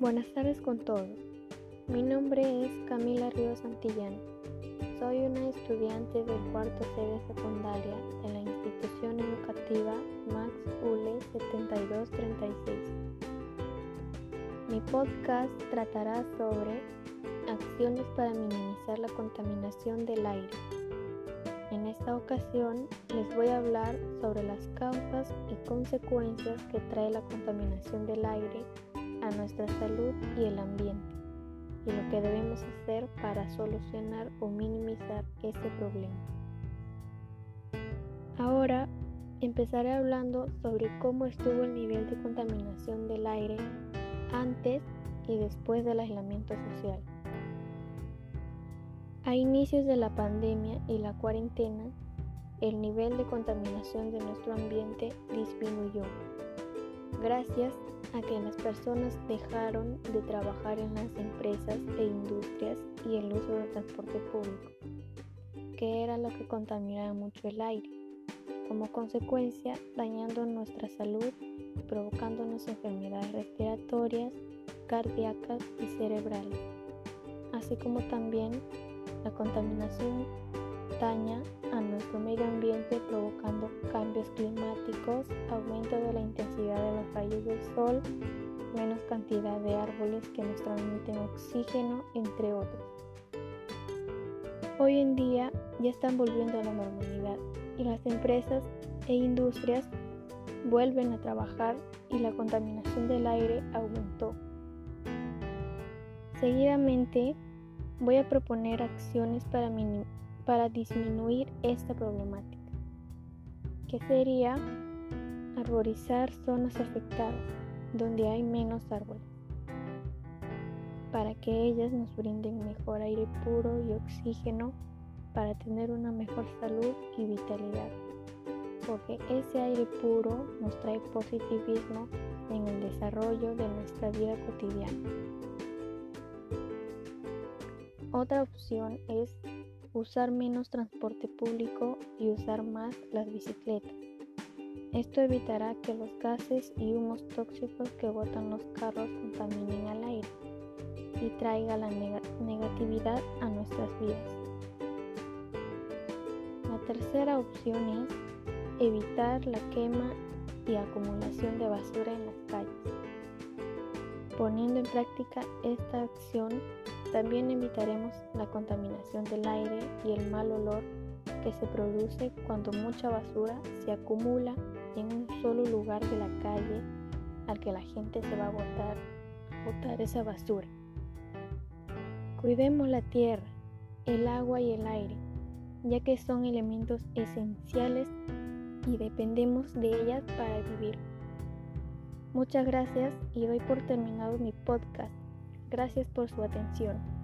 Buenas tardes con todos. Mi nombre es Camila Ríos Santillán. Soy una estudiante del cuarto C de secundaria de la institución educativa Max Ule 7236. Mi podcast tratará sobre acciones para minimizar la contaminación del aire. En esta ocasión les voy a hablar sobre las causas y consecuencias que trae la contaminación del aire a nuestra salud y el ambiente, y lo que debemos hacer para solucionar o minimizar este problema. Ahora empezaré hablando sobre cómo estuvo el nivel de contaminación del aire antes y después del aislamiento social. A inicios de la pandemia y la cuarentena, el nivel de contaminación de nuestro ambiente disminuyó, gracias a que las personas dejaron de trabajar en las empresas e industrias y el uso del transporte público, que era lo que contaminaba mucho el aire, como consecuencia dañando nuestra salud y provocándonos enfermedades respiratorias, cardíacas y cerebrales, así como también la contaminación daña a nuestro medio ambiente provocando cambios climáticos, aumento de la intensidad de los rayos del sol, menos cantidad de árboles que nos transmiten oxígeno, entre otros. Hoy en día ya están volviendo a la normalidad y las empresas e industrias vuelven a trabajar y la contaminación del aire aumentó. Seguidamente voy a proponer acciones para disminuir esta problemática, que sería arborizar zonas afectadas donde hay menos árboles, para que ellas nos brinden mejor aire puro y oxígeno para tener una mejor salud y vitalidad, porque ese aire puro nos trae positivismo en el desarrollo de nuestra vida cotidiana. Otra opción es usar menos transporte público y usar más las bicicletas. Esto evitará que los gases y humos tóxicos que botan los carros contaminen al aire y traiga la negatividad a nuestras vidas. La tercera opción es evitar la quema y acumulación de basura en las calles. Poniendo en práctica esta acción, también evitaremos la contaminación del aire y el mal olor que se produce cuando mucha basura se acumula en un solo lugar de la calle al que la gente se va a botar esa basura. Cuidemos la tierra, el agua y el aire, ya que son elementos esenciales y dependemos de ellas para vivir. Muchas gracias y doy por terminado mi podcast. Gracias por su atención.